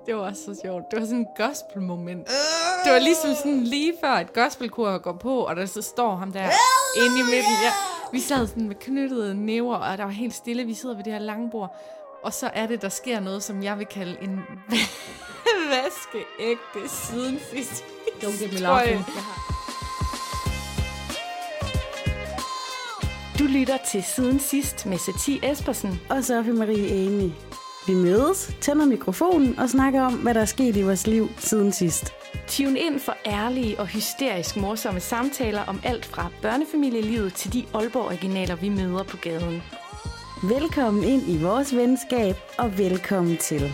Det var også så sjovt. Det var sådan en gospel-moment. Det var ligesom sådan lige før et gospelkor går på, og der så står ham der inde i midten. Ja, vi sad sådan med knyttede næver, og der var helt stille. Vi sidder ved det her lange bord. Og så er det, der sker noget, som jeg vil kalde en vaskeægte siden sidst. Don't get me laughing. Du lytter til Siden Sidst med Satie Espersen og Sofie Marie Amy. Vi mødes, tænder mikrofonen og snakker om, hvad der er sket i vores liv siden sidst. Tune ind for ærlige og hysterisk morsomme samtaler om alt fra børnefamilielivet til de Aalborg-originaler, vi møder på gaden. Velkommen ind i vores venskab, og velkommen til.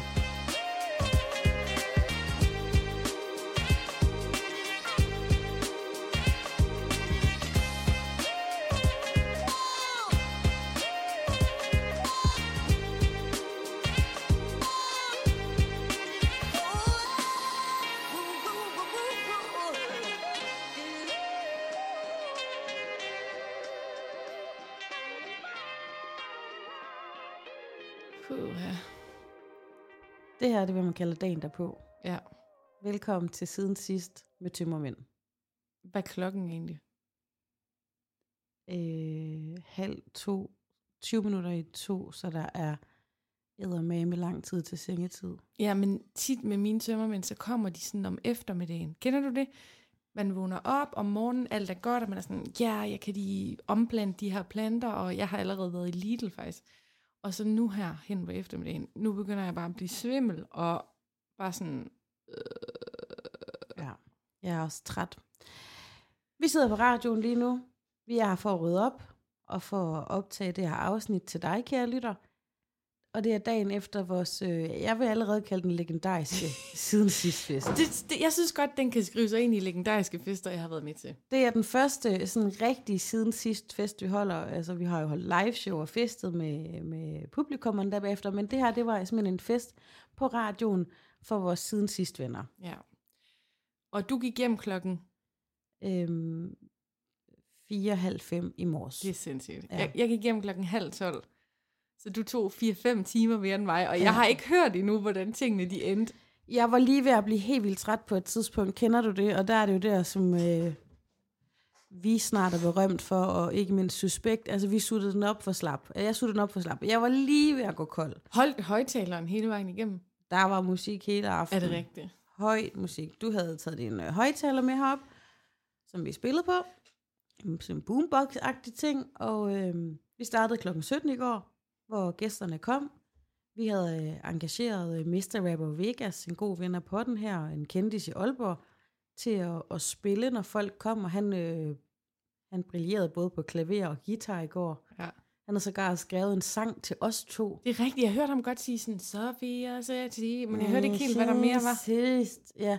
Det her er det, hvad man kalder dagen derpå. Ja. Velkommen til Siden Sidst med tømmermænd. Hvad er klokken egentlig? 1:30, 20 minutter i 2, så der er eddermame lang tid til sengetid. Ja, men tit med mine tømmermænd, så kommer de sådan om eftermiddagen. Kender du det? Man vågner op om morgenen, alt er godt, og man er sådan, ja, jeg kan lige omplante de her planter, og jeg har allerede været i Lidl faktisk. Og så nu her hen på eftermiddagen, nu begynder jeg bare at blive svimmel, og bare sådan... Ja, jeg er også træt. Vi sidder på radioen lige nu. Vi er her for at rydde op, og for at optage det her afsnit til dig, kære lytter. Og det er dagen efter vores, jeg vil allerede kalde den legendariske siden sidst fest. Jeg synes godt, den kan skrive sig ind i legendariske fester, jeg har været med til. Det er den første sådan rigtig siden sidst fest, vi holder. Altså, vi har jo holdt live show og festet med publikummerne der bagefter, men det her, det var simpelthen en fest på radioen for vores siden sidst venner. Ja. Og du gik hjem klokken? 4:30 i morges. Det er sindssygt. Ja. Jeg gik hjem klokken 11:30. Så du tog 4-5 timer mere end mig, og jeg har ikke hørt endnu, hvordan tingene de endte. Jeg var lige ved at blive helt vildt træt på et tidspunkt. Kender du det? Og der er det jo der, som vi snart er berømt for, og ikke mindst Suspekt. Altså, vi suttede den op for slap. Jeg suttede den op for slap. Jeg var lige ved at gå kold. Holdt højtaleren hele vejen igennem? Der var musik hele aftenen. Er det rigtigt? Høj musik. Du havde taget din højtaler med herop, som vi spillede på. Som en boombox-agtig ting. Og vi startede klokken 17 i går, hvor gæsterne kom. Vi havde engageret Mr. Rapper Vegas, en god ven af podden her, en kendis i Aalborg, til at spille, når folk kom, og han brillerede både på klaver og guitar i går. Ja. Han har sågar skrevet en sang til os to. Det er rigtigt, jeg hørte ham godt sige sådan, Sofie og Satie, men jeg hørte ikke helt, hvad der mere var. Sidst, ja.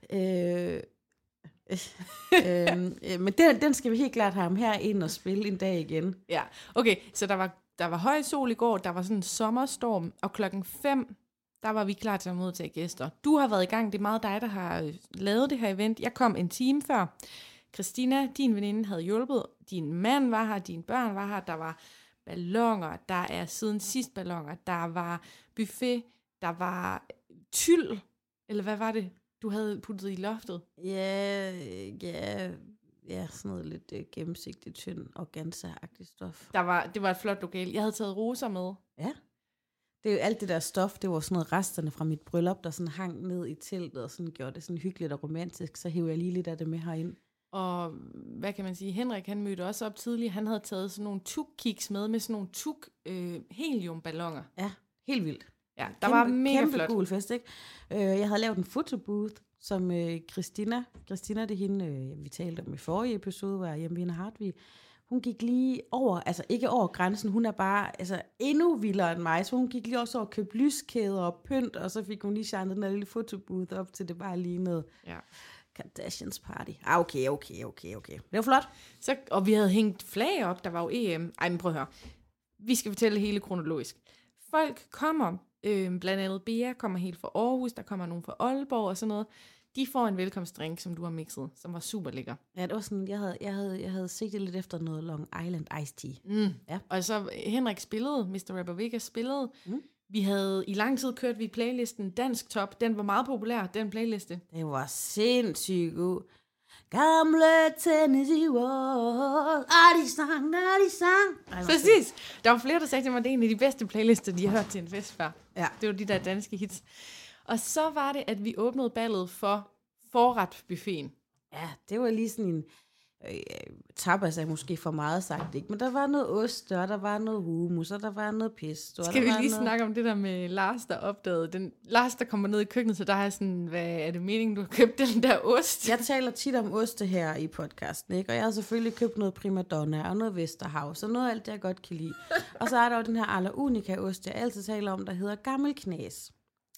Men den skal vi helt klart have ham her ind og spille en dag igen. Ja, okay, så der var høj sol i går, der var sådan en sommerstorm, og 5:00, der var vi klar til at modtage gæster. Du har været i gang, det er meget dig, der har lavet det her event. Jeg kom en time før. Christina, din veninde, havde hjulpet. Din mand var her, dine børn var her, der var balloner, der er siden sidst balloner, der var buffet, der var tyld, eller hvad var det, du havde puttet i loftet? Ja, sådan noget lidt gennemsigtigt, tynd, organza-agtigt stof. Det var et flot lokal. Jeg havde taget roser med. Ja. Det er jo alt det der stof, det var sådan noget resterne fra mit bryllup, der sådan hang ned i teltet, og sådan gjorde det sådan hyggeligt og romantisk, så hævde jeg lige lidt af det med herind. Og hvad kan man sige, Henrik han mødte også op tidligt, han havde taget sådan nogle tuk-kiks med sådan nogle heliumballoner. Ja, helt vildt. Ja, der var mega kæmpe flot. Cool fest, ikke? Jeg havde lavet en fotobooth, som Christina, det er hende, vi talte om i forrige episode, var hjemme ved Hartvig. Hun gik lige over, altså ikke over grænsen, hun er bare altså endnu vildere end mig, så hun gik lige også over og købte lyskæder og pynt, og så fik hun lige shined den der lille fotobooth op til det bare lignede Kardashians party. Okay. Det var flot. Og vi havde hængt flag op, der var jo EM. Ej, men prøv at høre. Vi skal fortælle hele kronologisk. Folk kommer, blandt andet Bea kommer helt fra Aarhus, der kommer nogen fra Aalborg og sådan noget. De får en velkomstdrink, som du har mixet, som var super lækker. Ja, det var sådan, jeg havde sigtet lidt efter noget Long Island Iced Tea. Ja. Og så Henrik spillede, Mr. Rapper Vegas spillede. Vi havde i lang tid kørt vi playlisten Dansk Top. Den var meget populær, den playliste. Det var sindssygt god. Gamle Tennessee Walls. De sang. Præcis. Der var flere, der sagde til mig, at det er en af de bedste playlister, de har hørt til en fest før. Ja. Det var de der danske hits. Og så var det, at vi åbnede ballet for forretbuffeten. Ja, det var lige sådan en tapas er måske for meget sagt, ikke? Men der var noget ost, og der var noget hummus, og der var noget pesto. Skal vi lige snakke om det der med Lars, der opdagede Lars, der kommer ned i køkkenet, så der er sådan, hvad er det meningen, du har købt den der ost? Jeg taler tit om oste her i podcasten, ikke? Og jeg har selvfølgelig købt noget Primadonna og noget Vesterhaus, og noget af alt det, jeg godt kan lide. Og så er der jo den her Arla Unica-ost, jeg altid taler om, der hedder Gammel Knæs.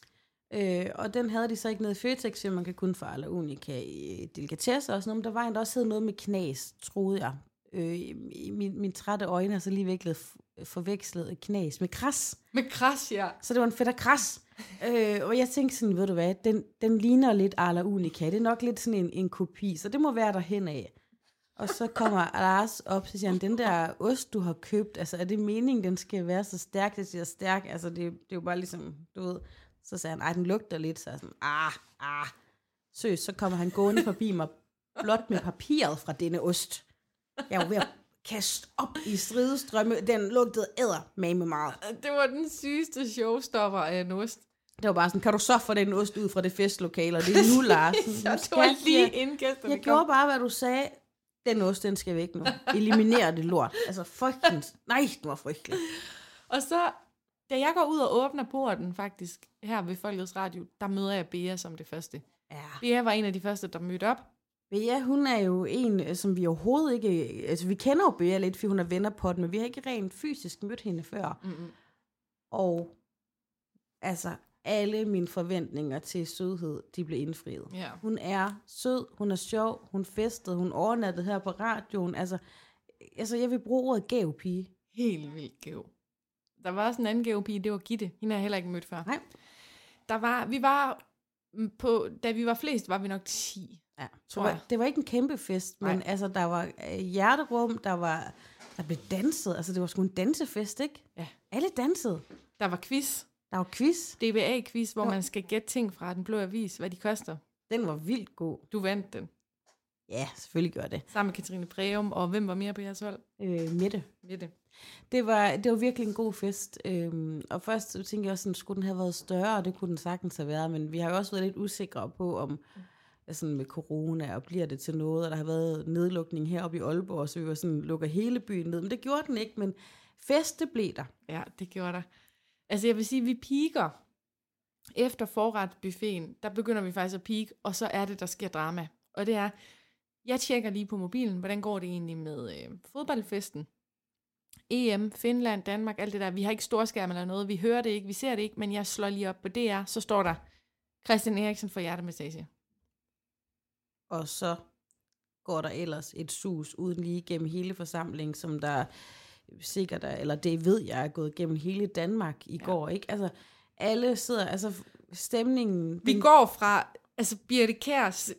Og den havde de så ikke nede i Føtex, så man kan kun få Arla Unica i delikatesser og sådan noget, men der var endda også noget med knas, troede jeg. Min trætte øjne har så lige forvekslet knas med kras. Med kras, ja. Så det var en fedt kras. Og jeg tænkte sådan, ved du hvad, den ligner lidt Arla Unica. Det er nok lidt sådan en kopi, så det må være derhen af. Og så kommer Lars op, så siger han, den der ost, du har købt, altså er det meningen, den skal være så stærk? Det siger stærk, altså det er jo bare ligesom, du ved. Så sagde han, den lugter lidt, så jeg sådan, Søs, så kommer han gående forbi mig, blot med papiret fra denne ost. Jeg var ved at kaste op i stridestrømme, den lugtede med meget. Det var den sygeste showstopper af en ost. Det var bare sådan, kan du så få den ost ud fra det festlokale, og det er nu, Lars. Det var lige inden gæsterne Jeg gjorde bare, hvad du sagde. Den ost, den skal væk nu. Eliminere det lort. Altså, frygtens. Nej, det var frygteligt. Og så, da jeg går ud og åbner porten faktisk, her ved Folkets Radio, der møder jeg Bea som det første. Ja. Bea var en af de første, der mødte op. Bea, hun er jo en, som vi overhovedet ikke... Altså, vi kender jo Bea lidt, fordi hun er venner på den, men vi har ikke rent fysisk mødt hende før. Mm-hmm. Og altså, alle mine forventninger til sødhed, de blev indfriet. Ja. Hun er sød, hun er sjov, hun festede, hun overnattede her på radioen. Altså jeg vil bruge ordet gavepige. Helt vildt gave. Der var også en anden gavepige, det var Gitte. Hende har jeg heller ikke mødt før. Nej. Da vi var flest, var vi nok 10. Ja, det var ikke en kæmpe fest, men altså, der var hjerterum, der blev danset. Altså, det var sgu en dansefest, ikke? Ja. Alle dansede. Der var quiz. Der var quiz. DBA-quiz, hvor man skal gætte ting fra Den Blå Avis, hvad de koster. Den var vildt god. Du vandt den. Ja, selvfølgelig gør det. Sammen med Katrine Breum, og hvem var mere på jeres hold? Mette. Det var virkelig en god fest. Og først tænkte jeg også, sådan, skulle den have været større, og det kunne den sagtens have været, men vi har jo også været lidt usikre på, om sådan med corona, og bliver det til noget, og der har været nedlukning heroppe i Aalborg, så vi var sådan, lukker hele byen ned, men det gjorde den ikke, men fest, det blev der. Ja, det gjorde der. Altså jeg vil sige, vi piker efter forretbuffeten, der begynder vi faktisk at peak, og så er det, der sker drama. Og det er, jeg tjekker lige på mobilen, hvordan går det egentlig med fodboldfesten. EM, Finland, Danmark, alt det der. Vi har ikke storskærm eller noget, vi hører det ikke, vi ser det ikke, men jeg slår lige op på DR, så står der, Christian Eriksen får hjertemassage. Og så går der ellers et sus uden lige gennem hele forsamlingen, som der sikkert er, eller det ved jeg, er gået gennem hele Danmark i går, ikke? Altså, alle sidder, altså stemningen... Vi går fra, altså Birte Kjærs,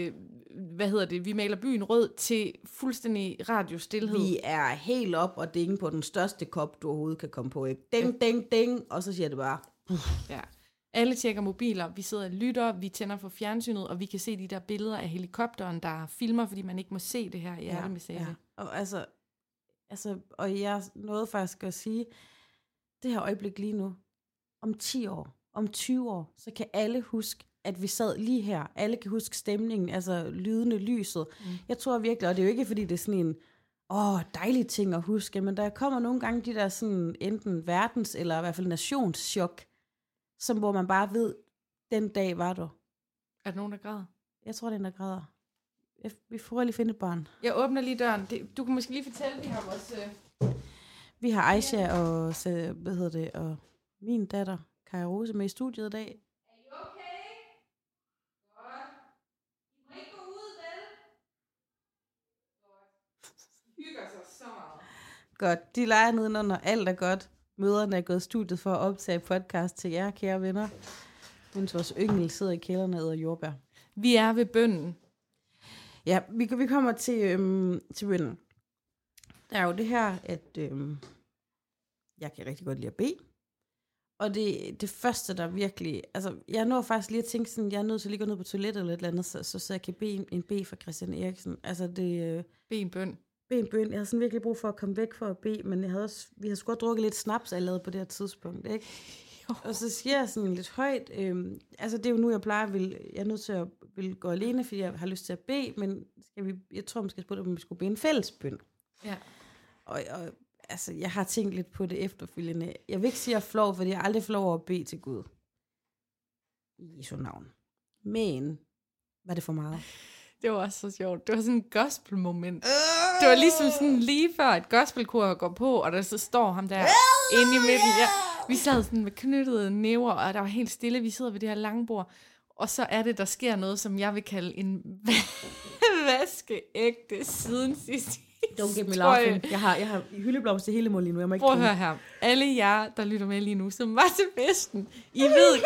vi maler byen rød, til fuldstændig radiostilhed. Vi er helt op og dinge på den største kop, du overhovedet kan komme på, ikke? Ding, ding, ding, og så siger det bare... Ja. Alle tjekker mobiler, vi sidder og lytter, vi tænder for fjernsynet, og vi kan se de der billeder af helikopteren, der filmer, fordi man ikke må se det her i hjertemassage. Ja. Og og jeg nåede faktisk at sige, det her øjeblik lige nu, om 10 år, om 20 år, så kan alle huske, at vi sad lige her. Alle kan huske stemningen, altså lydende, lyset. Jeg tror virkelig, og det er jo ikke, fordi det er sådan en dejlig ting at huske, men der kommer nogle gange de der sådan enten verdens, eller i hvert fald nationschok, som hvor man bare ved, den dag var du. Er der nogen, der græder? Jeg tror, det er en, der græder. Vi får lige finde et barn. Jeg åbner lige døren. Du kan måske lige fortælle, vi har vores... Vi har Aisha og, og min datter, Kaja Rose, med i studiet i dag. Er I okay? Godt. I må ikke gå ud, vel? Godt. De hygger sig så meget. Godt. De leger nedenunder. Alt er godt. Møderne er gået i studiet for at optage podcast til jer, kære venner. Mens vores yngel sidder i kælderen og æder jordbær. Vi er ved bønnen. Ja, vi kommer til bønnen. Der er jo det her, at jeg kan rigtig godt lide at bede. Og det første, der virkelig... Altså, jeg når faktisk lige at tænke sådan, jeg er nødt til lige at gå ned på toilettet eller et eller andet, så jeg kan bede en bede fra Christian Eriksen. Altså, det... Bede en bøn. Bede en bøn. Jeg havde sådan virkelig brug for at komme væk for at bede, men vi havde sgu godt drukket lidt snaps allerede på det her tidspunkt, ikke? Og så siger jeg sådan lidt højt, altså det er jo nu, jeg er nødt til at vil gå alene, fordi jeg har lyst til at bede, men jeg tror måske spurgte, om vi skulle bede en fælles bøn. Ja. Og altså, jeg har tænkt lidt på det efterfølgende. Jeg vil ikke sige, at jeg er flov, fordi jeg aldrig får lov at bede til Gud. I Jesu navn. Men, var det for meget? Det var også så sjovt. Det var sådan en gospel-moment. Det var ligesom sådan lige før et gospelkor går på, og der så står ham der inde i midten. Ja. Vi sad sådan med knyttede næver, og der var helt stille. Vi sidder ved det her lange bord, og så er det, der sker noget, som jeg vil kalde en vaskeægte siden sidst. Don't get me laughing. Jeg har hyldeblomst til hele mål lige nu. Jeg må ikke prøv at høre her. Alle jer, der lytter med lige nu, som var til festen, I ved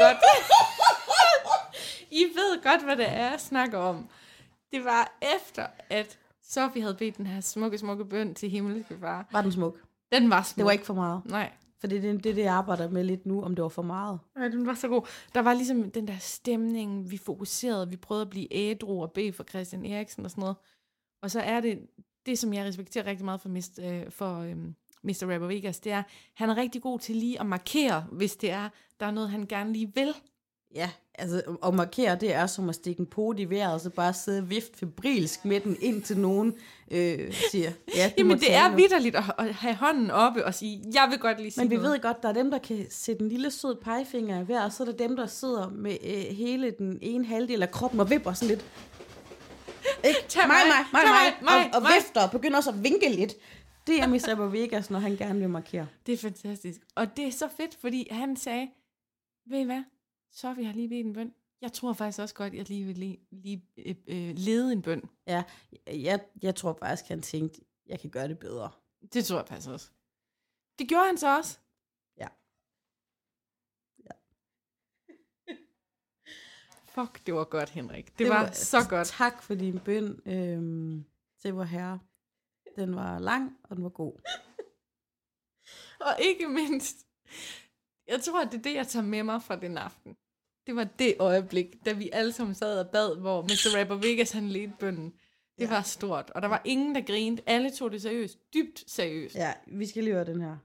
godt, hvad det er, jeg snakker om. Det var efter, at Sofie havde bedt den her smukke bøn til himmelske far. Var den smuk? Den var smuk. Det var ikke for meget? Nej. For det er det, jeg arbejder med lidt nu, om det var for meget. Nej, den var så god. Der var ligesom den der stemning, vi fokuserede, vi prøvede at blive ædru og bede for Christian Eriksen og sådan noget. Og så er det som jeg respekterer rigtig meget for Mr. Rapper Vegas, det er, han er rigtig god til lige at markere, hvis det er, der er noget, han gerne lige vil. Ja, altså at markere, det er som at stikke en pote i vejret, og så bare sidde og vifte febrilsk med den, indtil nogen siger, ja, jamen det er vitterligt at have hånden oppe og sige, jeg vil godt lige sige men vi noget. ved godt, der er dem, der kan sætte en lille sød pegefinger i hver, og så er der dem, der sidder med hele den ene halvdel af kroppen og vipper sådan lidt. Ikke? Tag mig. Og vifter og begynder også at vinke lidt. Det er Mr. Rapper Vegas, når han gerne vil markere. Det er fantastisk. Og det er så fedt, fordi han sagde, ved I hvad? Sofie har lige bedt en bøn. Jeg tror faktisk også godt, at jeg lige vil lede en bøn. Ja, jeg tror faktisk, han tænkte, jeg kan gøre det bedre. Det tror jeg faktisk også. Det gjorde han så også. Ja. Fuck, det var godt, Henrik. Det var så godt. Tak for din bøn til vor herre. Den var lang, og den var god. Og ikke mindst, jeg tror, at det er det, jeg tager med mig fra den aften. Det var det øjeblik, da vi alle sammen sad og bad, hvor Mr. Rapper Vegas, han ledte bønnen. Det var stort, og der var ingen, der grinede. Alle tog det seriøst. Dybt seriøst. Ja, vi skal lige høre den her.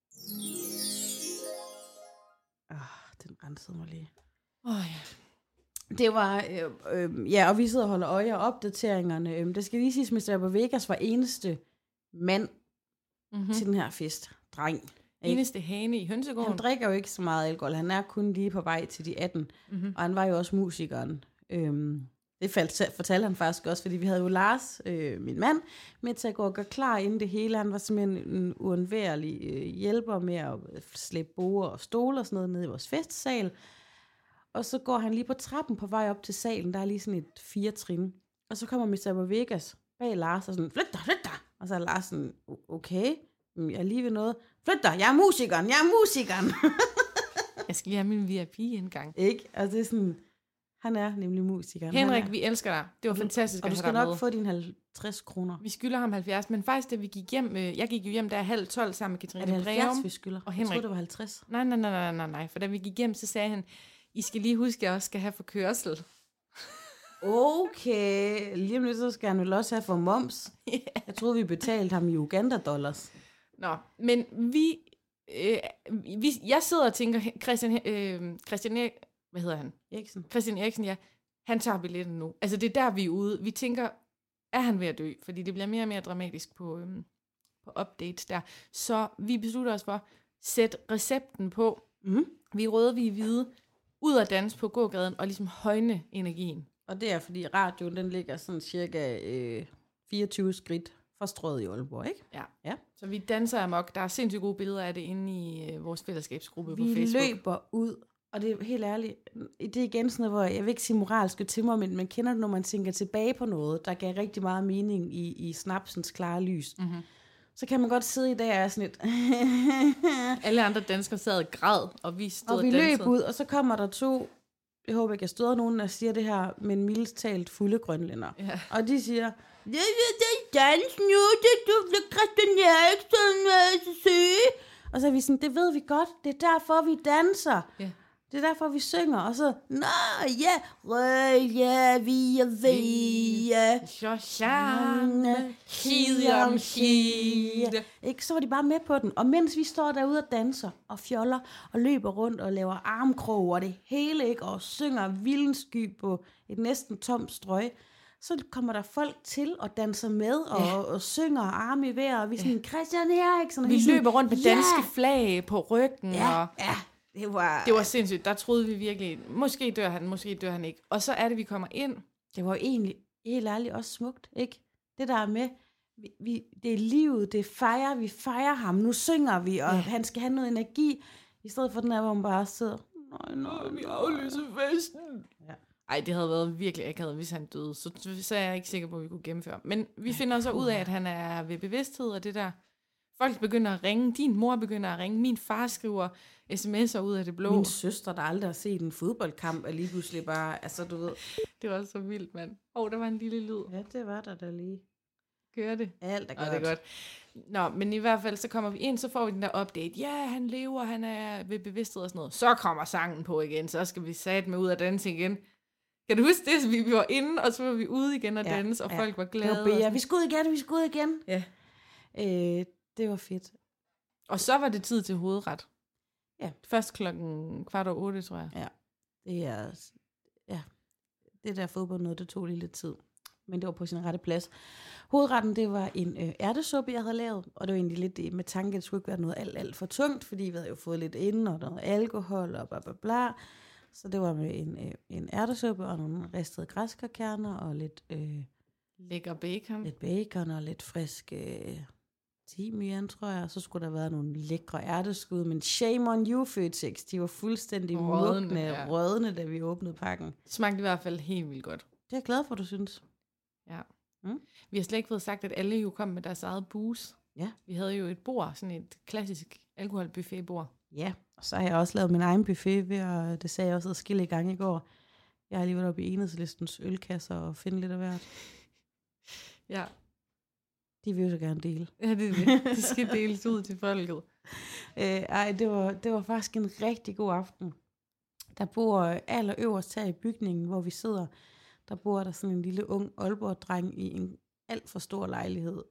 Den rensede mig lige. Ja. Det var, og vi sidder og holder øje og opdateringerne. Det skal lige siges, at Mr. Rapper Vegas var eneste mand til den her fest. Dreng. Eneste hane i hønsegården. Han drikker jo ikke så meget alkohol. Han er kun lige på vej til de 18. Og han var jo også musikeren. Det fortalte han faktisk også, fordi vi havde jo Lars, min mand, med til at gå og gøre klar inden det hele. Han var simpelthen en uundværlig hjælper med at slæbe borde og stole og sådan noget ned i vores festsal. Og så går han lige på trappen på vej op til salen. Der er lige sådan et 4 trin. Og så kommer Mr. Rapper Vegas bag Lars og sådan, flyt dig. Og så er Lars sådan, okay, jeg er lige ved noget. Flyt dig, jeg er musikeren. Jeg skal lige have min VIP-indgang. Ikke? Og det er sådan, han er nemlig musikeren. Henrik, vi elsker dig. Det var fantastisk at have dig med. Og du skal nok få dine 50 kroner. Vi skylder ham 70, men faktisk da vi gik hjem, jeg gik jo hjem der 11:30 sammen med Katrine Breum. Er det 70, vi skylder? Og Henrik. Jeg troede, det var 50. Nej. For da vi gik hjem, så sagde han, I skal lige huske, at jeg også skal have for kørsel. Okay, lige om lidt, så skal han vel også have for moms. Yeah. Jeg troede, vi betalte ham i Uganda-dollars. Nå, men jeg sidder og tænker, Christian hvad hedder han? Eriksen. Christian Eriksen, ja. Han tager billetten nu. Altså, det er der, vi er ude. Vi tænker, er han ved at dø? Fordi det bliver mere og mere dramatisk på updates der. Så vi beslutter os for, sæt recepten på. Vi er røde, vi er hvide. Ud at danse på gågaden og ligesom højne energien. Og det er, fordi radioen, den ligger sådan cirka 24 skridt fra Strøget i Aalborg, ikke? Ja. Så vi danser amok. Der er sindssygt gode billeder af det inde i vores fællesskabsgruppe på Facebook. Vi løber ud, og det er helt ærligt, det er igen sådan noget, hvor jeg vil ikke sige moralske til mig, men man kender det, når man tænker tilbage på noget, der gav rigtig meget mening i snapsens klare lys. Så kan man godt sidde i dag og er sådan lidt... Alle andre danskere sad og græd, og vi stod og vi løb ud, og så kommer der 2... Jeg håber ikke, jeg støder nogen, der siger det her, men mildest talt fulde grønlænder. Ja. Og de siger, jeg ved det dans nu, det du bliver Christian Eriksen syge. Og så er vi sådan, det ved vi godt, det er derfor, vi danser. Ja. Det er derfor, vi synger, og så, vi er ved, ikke? Så var de bare med på den. Og mens vi står derude og danser, og fjoller, og løber rundt, og laver armkrog, og det hele, ikke? Og synger vildensky på et næsten tomt strøg, så kommer der folk til og danser med, og synger arme i vejr, og vi er sådan, Christian Eriksen. Vi løber rundt med danske flag på ryggen, og... Det var sindssygt. Der troede vi virkelig, måske dør han ikke. Og så er det, vi kommer ind. Det var jo egentlig, helt ærligt, også smukt, ikke? Det der med, det er livet, det fejrer, vi fejrer ham, nu synger vi, og han skal have noget energi, i stedet for den her, hvor man bare sidder, nej, vi aflyser festen. Ja. Ej, det havde været virkelig akavet, hvis han døde, så er jeg ikke sikker på, at vi kunne gennemføre. Men vi finder så ud af, at han er ved bevidsthed, og det der, folk begynder at ringe, din mor begynder at ringe, min far skriver sms'er ud af det blå. Min søster, der aldrig har set en fodboldkamp, er lige pludselig bare, altså du ved. Det var så vildt, mand. Der var en lille lyd. Ja, det var der lige. Gør det? Alt er godt. Det er godt. Nå, men i hvert fald, så kommer vi ind, så får vi den der update. Ja, han lever, han er ved bevidsthed og sådan noget. Så kommer sangen på igen, så skal vi satme ud og danse igen. Kan du huske det? Vi var inde, og så var vi ude igen og danse, og folk var glade. Vi skal ud igen. Ja. Det var fedt. Og så var det tid til hovedret. Ja. Først 7:15, tror jeg. Ja. Det der fodbold noget, det tog lige lidt tid. Men det var på sin rette plads. Hovedretten, det var en ærtesuppe, jeg havde lavet. Og det var egentlig lidt med tanke, at det skulle ikke være noget alt for tungt, fordi vi havde jo fået lidt inden, og noget alkohol og bla bla bla. Så det var med en ærtesuppe og nogle ristede græskarkerner og lidt... lækker bacon. Lidt bacon og lidt frisk timian, tror jeg. Så skulle der være nogle lækre ærteskud, men shame on you, Føtex. De var fuldstændig rødne, da vi åbnede pakken. Det smagte i hvert fald helt vildt godt. Det er jeg glad for, du synes. Ja. Vi har slet ikke fået sagt, at alle jo kom med deres eget booze. Ja. Vi havde jo et bord, sådan et klassisk alkoholbuffetbord. Ja, og så har jeg også lavet min egen buffet, og det sagde jeg også adskillige gange i går. Jeg har lige været oppe i Enhedslistens ølkasser og finde lidt af hvert. Ja. De vil jo så gerne dele. Ja, det skal deles ud til folket. Det var faktisk en rigtig god aften. Der bor allerøverst her i bygningen, hvor vi sidder, der bor der sådan en lille ung Aalborg-dreng i en alt for stor lejlighed.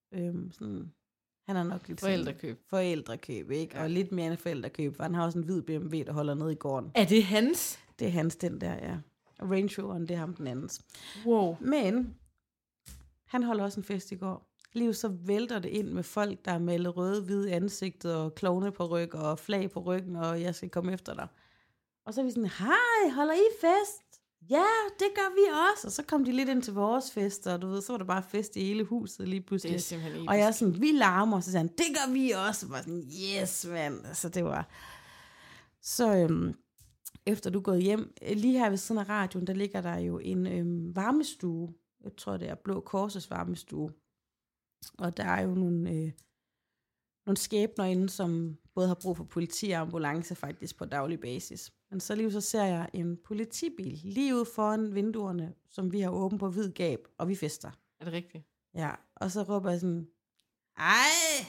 Han er nok lidt forældrekøb, ikke? Ja. Og lidt mere end forældrekøb, for han har også en hvid BMW, der holder nede i gården. Er det hans? Det er hans, den der, ja. Og Range Roveren, det er ham den andens. Wow. Men han holder også en fest i går. Lige så vælter det ind med folk, der er malet røde, hvide ansigtet og klovne på ryggen og flag på ryggen, og jeg skal komme efter dig. Og så er vi sådan, hej, holder I fest? Ja, det gør vi også. Og så kom de lidt ind til vores fest, og du ved, så var der bare fest i hele huset lige pludselig. Det er simpelthen episk. Og jeg er sådan, vi larmer, og så sagde han, det gør vi også. Og var sådan, yes, mand. Altså det var... Så efter du er gået hjem, lige her ved siden af radioen, der ligger der jo en varmestue. Jeg tror, det er Blå Korses varmestue. Og der er jo nogle skæbner inde, som både har brug for politi og ambulance faktisk på daglig basis. Men så lige så ser jeg en politibil lige ude foran vinduerne, som vi har åbent på hvid gab, og vi fester. Er det rigtigt? Ja, og så råber jeg sådan, ej,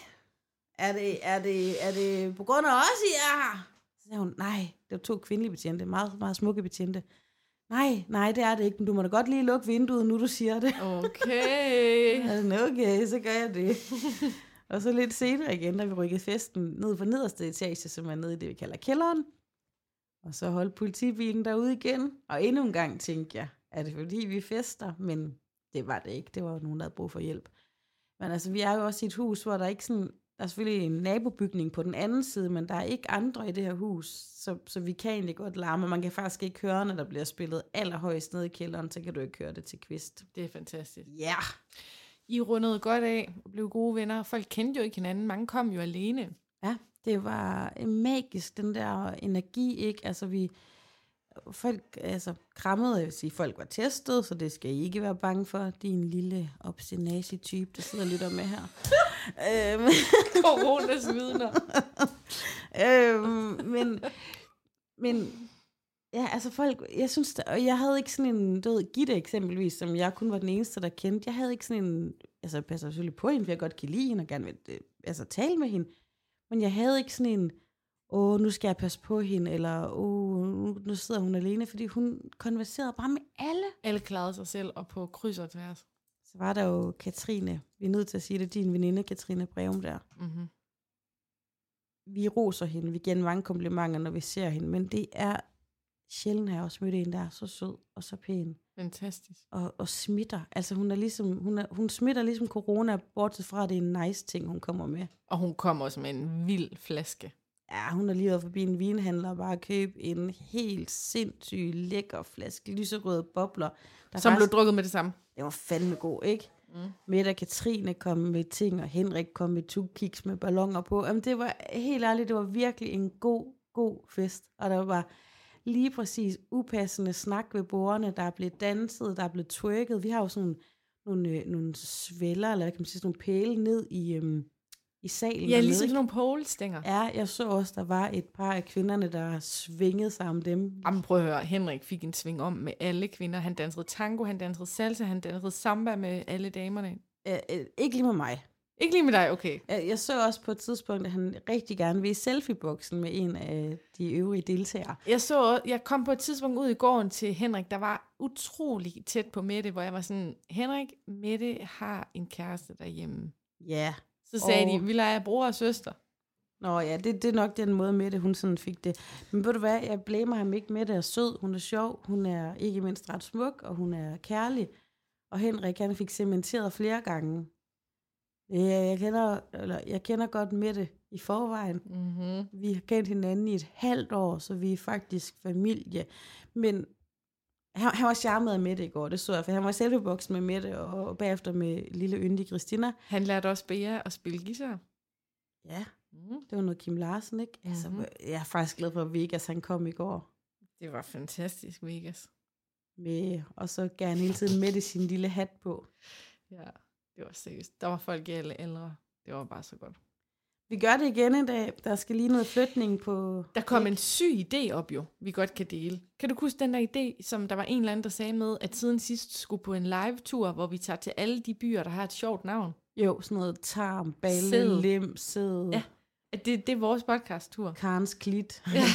er det på grund af os, I er her? Så siger hun, nej, det var 2 kvindelige betjente, meget, meget smukke betjente. Nej, det er det ikke, men du må da godt lige lukke vinduet, nu du siger det. Okay. Okay, så gør jeg det. Og så lidt senere igen, da vi rykkede festen ned på nederste etage, som er nede i det, vi kalder kælderen. Og så holdt politibilen derude igen. Og endnu en gang tænkte jeg, er det fordi vi fester? Men det var det ikke. Det var nogen, der havde brug for hjælp. Men altså, vi er jo også i et hus, hvor der ikke sådan... Der er selvfølgelig en nabobygning på den anden side, men der er ikke andre i det her hus, så vi kan egentlig godt larme. Man kan faktisk ikke høre, når der bliver spillet allerhøjst nede i kælderen, så kan du ikke høre det til kvist. Det er fantastisk. Ja! Yeah. I rundede godt af og blev gode venner. Folk kendte jo ikke hinanden. Mange kom jo alene. Ja, det var magisk, den der energi, ikke? Altså, folk krammede, jeg vil sige, folk var testet, så det skal I ikke være bange for. Din lille obstinasi-type, der sidder og lytter med her. Coronas vidner. Men ja, altså folk, jeg synes, og jeg havde ikke sådan en Gitte eksempelvis, som jeg kun var den eneste, der kendte. Jeg havde ikke sådan en, altså jeg passer selvfølgelig på hende, for jeg godt kan lide hende og gerne vil tale med hende. Men jeg havde ikke sådan en, nu skal jeg passe på hende, eller nu sidder hun alene, fordi hun konverserede bare med alle. Alle klarede sig selv, og på kryds og tværs. Så var der jo Katrine. Vi er nødt til at sige det, din veninde, Katrine Breum der. Mm-hmm. Vi roser hende, vi giver mange komplimenter, når vi ser hende, men det er sjældent, at jeg også mødte en, der er så sød og så pæn. Fantastisk. Og smitter. Altså hun er ligesom, hun smitter ligesom corona, bortset fra, at det er en nice ting, hun kommer med. Og hun kommer også med en vild flaske. Ja, hun har lige været forbi en vinhandler og bare købt en helt sindssyg lækker flaske lyserøde bobler. Som blev drukket med det samme. Det var fandme god, ikke? Mette og Katrine kom med ting, og Henrik kom med tugkiks med balloner på. Jamen, det var helt ærligt, det var virkelig en god fest. Og der var lige præcis upassende snak ved bordene, der er blevet danset, der er blevet twerket. Vi har jo sådan nogle svælder, eller hvad kan man sige, sådan nogle pæle ned i salen. Ja, lige sådan nogle polestænger. Ja, jeg så også, der var et par af kvinderne, der svingede sig om dem. Jamen prøv at høre, Henrik fik en sving om med alle kvinder. Han dansede tango, han dansede salsa, han dansede samba med alle damerne. Ikke lige med mig. Ikke lige med dig, okay. Jeg så også på et tidspunkt, at han rigtig gerne ville i selfie-boksen med en af de øvrige deltagere. Jeg kom på et tidspunkt ud i gården til Henrik, der var utrolig tæt på Mette, hvor jeg var sådan, Henrik, Mette har en kæreste derhjemme. Ja. Så sagde de, vi leger bror og søster. Nå ja, det er nok den måde Mette, hun sådan fik det. Men ved du hvad, jeg blamer ham ikke. Mette er sød, hun er sjov, hun er ikke mindst ret smuk, og hun er kærlig. Og Henrik, han fik cementeret flere gange. Jeg kender godt Mette i forvejen. Mm-hmm. Vi har kendt hinanden i et halvt år, så vi er faktisk familie. Men han var charmet af Mette i går, det så jeg, for han var i selvboksen med Mette, og bagefter med lille yndige Christina. Han lærte også Bea at spille guitar. Ja, det var noget Kim Larsen, ikke? Altså, jeg er faktisk glad for, at Vegas han kom i går. Det var fantastisk, Vegas. Og så gav han hele tiden Mette sin lille hat på. Ja, det var seriøst. Der var folk i alle ældre. Det var bare så godt. Vi gør det igen en dag. Der skal lige noget flytning på... Der kom en syg idé op jo, vi godt kan dele. Kan du huske den der idé, som der var en eller anden, der sagde med, at siden sidst skulle på en live-tur, hvor vi tager til alle de byer, der har et sjovt navn? Jo, sådan noget tarm, balle, lim, sæd. Ja, det er vores podcast-tur. Karens Klit. Ja.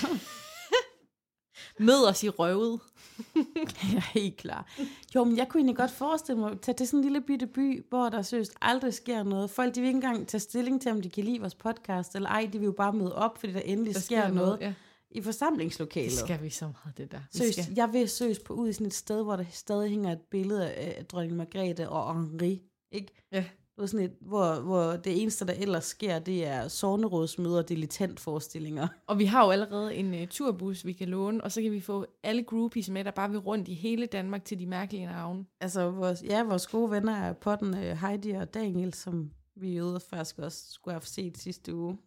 Mød os i røvet. Jeg er helt klar. Jo, men jeg kunne egentlig godt forestille mig at tage til sådan en lille bitte by, hvor der seriøst aldrig sker noget. Folk, de vil ikke engang tage stilling til, om de kan lide vores podcast, eller ej, de vil jo bare møde op, fordi der endelig sker noget ja. I forsamlingslokalet. Det skal vi så meget, det der. Seriøst, jeg vil seriøst på ud i sådan et sted, hvor der stadig hænger et billede af dronning Margrethe og Henri, ikke? Ja. Det var sådan et, hvor det eneste, der ellers sker, det er sognerådsmøder og dilettantforestillinger. Og vi har jo allerede en turbus, vi kan låne, og så kan vi få alle groupies med, der bare vil rundt i hele Danmark til de mærkelige navne. Altså vores gode venner er Potten, Heidi og Daniel, som vi jo faktisk også skulle have set sidste uge.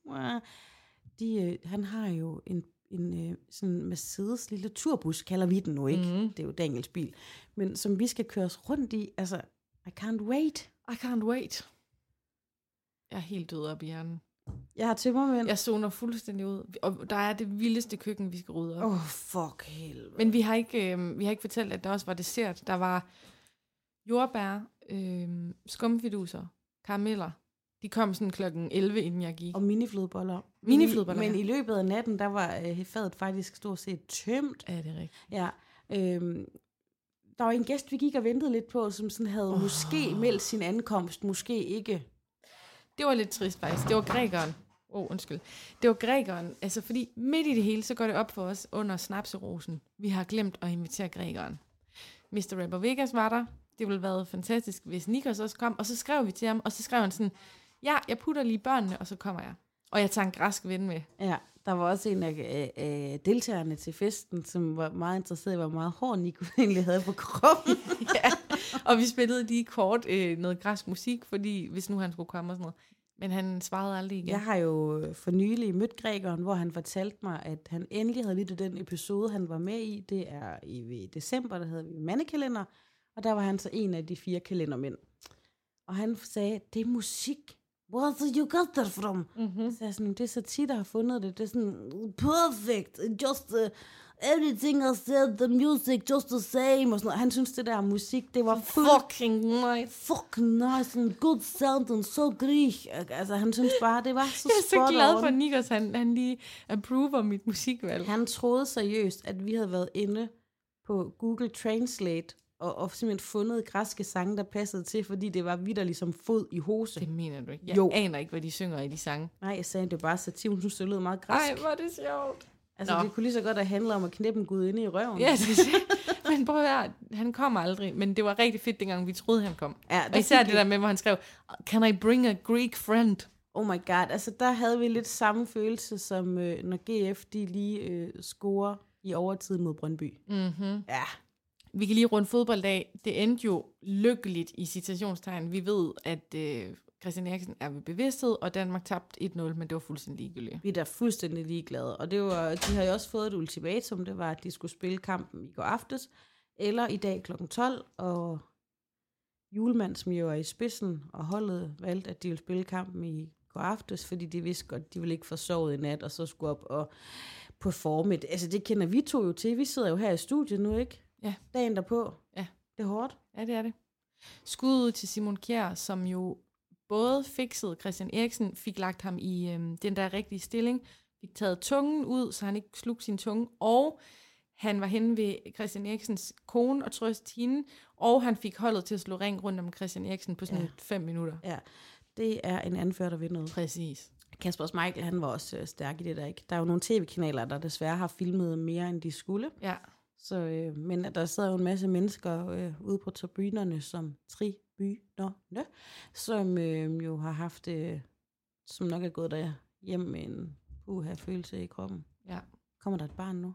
Han har jo en sådan Mercedes lille turbus, kalder vi den nu, ikke? Det er jo Daniels bil. Men som vi skal køres rundt i, altså, I can't wait. I can't wait. Jeg er helt død op i hjernen. Jeg har tømmermænd. Jeg zoner fuldstændig ud. Og der er det vildeste køkken, vi skal rydde op. Fuck helvede. Men vi har ikke fortalt, at der også var dessert. Der var jordbær, skumfiduser, karameller. De kom sådan klokken 11, inden jeg gik. Og miniflødeboller. Men i løbet af natten, der var fadet faktisk stort set tømt. Ja, det er rigtigt. Ja. Der var en gæst, vi gik og ventede lidt på, som sådan havde måske meldt sin ankomst, måske ikke. Det var lidt trist faktisk. Det var grækeren. Undskyld. Det var grækeren. Altså, fordi midt i det hele, så går det op for os under snapserosen. Vi har glemt at invitere grækeren. Mr. Rapper Vegas var der. Det ville have været fantastisk, hvis Nikos også kom. Og så skrev vi til ham, og så skrev han sådan, ja, jeg putter lige børnene, og så kommer jeg. Og jeg tager en græsk ven med. Ja, der var også en af deltagerne til festen, som var meget interesseret i, hvor meget hår Nico egentlig havde på kroppen. Ja, og vi spillede lige kort noget græsk musik, fordi hvis nu han skulle komme og sådan noget. Men han svarede aldrig igen. Jeg har jo for nylig mødt grækeren, hvor han fortalte mig, at han endelig havde lyttet den episode, han var med i. Det er i december, der havde vi mandekalender, og der var han så en af de 4 kalendermænd. Og han sagde, det er musik. Where did you get that from? Så jeg sådan, det er så tit, der har fundet det. Det er sådan, perfect. Just everything I said, the music just the same, og sådan noget. Han synes, det der musik, det var fucking nice, and good sound, and so grig. Altså, han synes bare, det var så spot on. Jeg er så glad for, Nikos, han lige approver mit musikvalg. Han troede seriøst, at vi havde været inde på Google Translate, og simpelthen fundet græske sange, der passede til, fordi det var vitterligt som fod i hose. Det mener du ikke. Jeg aner ikke, hvad de synger i de sange. Nej, jeg sagde, det var bare sativ, hun synes, det lød meget græsk. Ej, hvor er det sjovt. Altså, det kunne lige så godt have handlet om at knæppe en gud inde i røven. Ja, men prøv at høre, han kom aldrig, men det var rigtig fedt, dengang vi troede, han kom. Ja, og især det der med, hvor han skrev, can I bring a Greek friend? Oh my god, altså der havde vi lidt samme følelse, som når GF de lige scorer i overtid mod Brøndby. Mm-hmm. Ja. Vi kan lige runde fodbold af. Det endte jo lykkeligt i citationstegn. Vi ved, at Christian Eriksen er ved bevidsthed, og Danmark tabte 1-0, men det var fuldstændig ligegyldigt. Vi er da fuldstændig ligeglade. Og det var, de har jo også fået et ultimatum, det var, at de skulle spille kampen i går aftes, eller i dag kl. 12, og Julemand, som jo er i spidsen, og holdet valgte, at de ville spille kampen i går aftes, fordi de vidste godt, de ville ikke få sovet i nat, og så skulle op og performe. Altså det kender vi to jo til. Vi sidder jo her i studiet nu, ikke? Ja. Dagen derpå. Ja. Det er hårdt. Ja, det er det. Skud ud til Simon Kjær, som jo både fikset Christian Eriksen, fik lagt ham i den der rigtige stilling, fik taget tungen ud, så han ikke slugte sin tunge, og han var henne ved Christian Eriksens kone og trøste hende, og han fik holdet til at slå ring rundt om Christian Eriksen på sådan 5 minutter. Ja, det er en anfører, der ved noget. Præcis. Kasper Schmeichel, han var også stærk i det der, ikke? Der er jo nogle tv-kanaler, der desværre har filmet mere, end de skulle. Ja. Så, men der sidder jo en masse mennesker ude på tribunerne, som som jo har haft, som nok er gået der hjem med en følelse i kroppen. Ja. Kommer der et barn nu?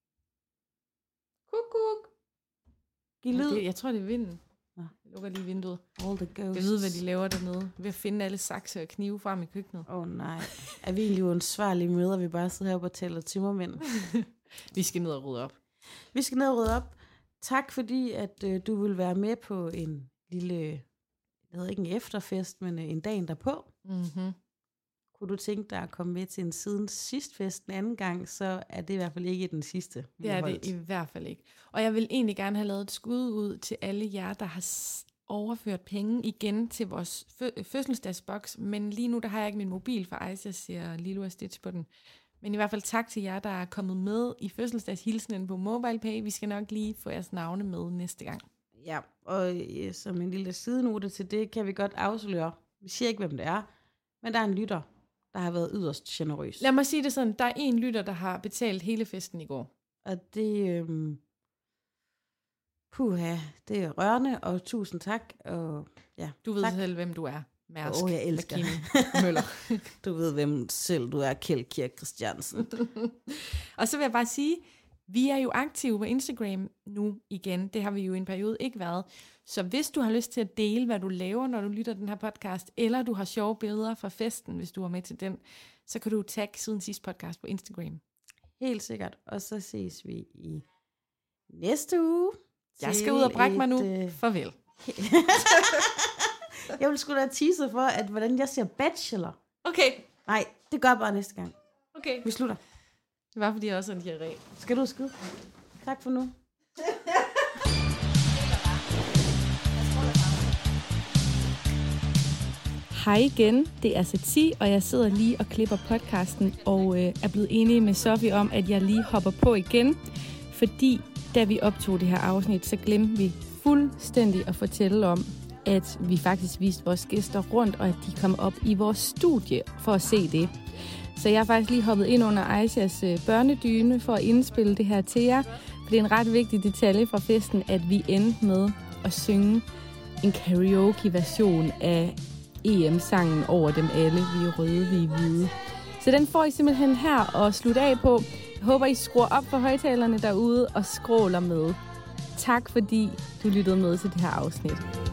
Kuk. Giv lyd. Jeg tror, det er vinden. Jeg lukker lige vinduet. All the ghosts. Jeg ved, hvad de laver dernede. Ved at finde alle sakse og knive frem i køkkenet. Nej. Er vi egentlig uansvarlige møder, vi bare sidder heroppe og taler tømmermænd? Vi skal ned og rydde op. Vi skal ned og rydde op. Tak fordi, at du vil være med på en lille, jeg ved ikke en efterfest, men en dag derpå. Mm-hmm. Kunne du tænke dig at komme med til en siden sidst fest en anden gang, så er det i hvert fald ikke den sidste. Det er det i hvert fald ikke. Og jeg vil egentlig gerne have lavet et skud ud til alle jer, der har overført penge igen til vores fødselsdagsboks, men lige nu der har jeg ikke min mobil, for jeg ser Lilo og Stitch på den. Men i hvert fald tak til jer, der er kommet med i fødselsdagshilsenen på MobilePay. Vi skal nok lige få jeres navne med næste gang. Ja, og som en lille sidenote til det, kan vi godt afsløre. Vi siger ikke, hvem det er, men der er en lytter, der har været yderst generøs. Lad mig sige det sådan, der er en lytter, der har betalt hele festen i går. Og det, det er rørende, og tusind tak. Og, ja, du ved tak. Selv, hvem du er. Mærsk. Jeg elsker Møller. Du ved, hvem selv du er, Kjeld Kirk Christiansen. Og så vil jeg bare sige, vi er jo aktive på Instagram nu igen. Det har vi jo i en periode ikke været. Så hvis du har lyst til at dele, hvad du laver, når du lytter den her podcast, eller du har sjove billeder fra festen, hvis du er med til den, så kan du tagge siden sidste podcast på Instagram. Helt sikkert. Og så ses vi i næste uge. Jeg skal ud og brække mig nu. Farvel. Jeg vil sgu da tease for, at hvordan jeg ser Bachelor. Okay. Nej, det gør bare næste gang. Okay. Vi slutter. Det var fordi jeg også er en diarré. Skal du skyde? Tak for nu. Hej igen, det er Sati, og jeg sidder lige og klipper podcasten, og er blevet enige med Sofie om, at jeg lige hopper på igen, fordi da vi optog det her afsnit, så glemte vi fuldstændig at fortælle om, at vi faktisk viste vores gæster rundt, og at de kom op i vores studie for at se det. Så jeg har faktisk lige hoppet ind under Aishas børnedyne for at indspille det her til jer, for det er en ret vigtig detalje fra festen, at vi endte med at synge en karaoke-version af EM-sangen over dem alle. Vi er røde, vi er hvide. Så den får I simpelthen her at slutte af på. Jeg håber, I skruer op for højtalerne derude og skråler med. Tak fordi du lyttede med til det her afsnit.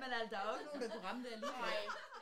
men altså, der er jo ikke nogen, der kunne ramme det alligevel. Nej.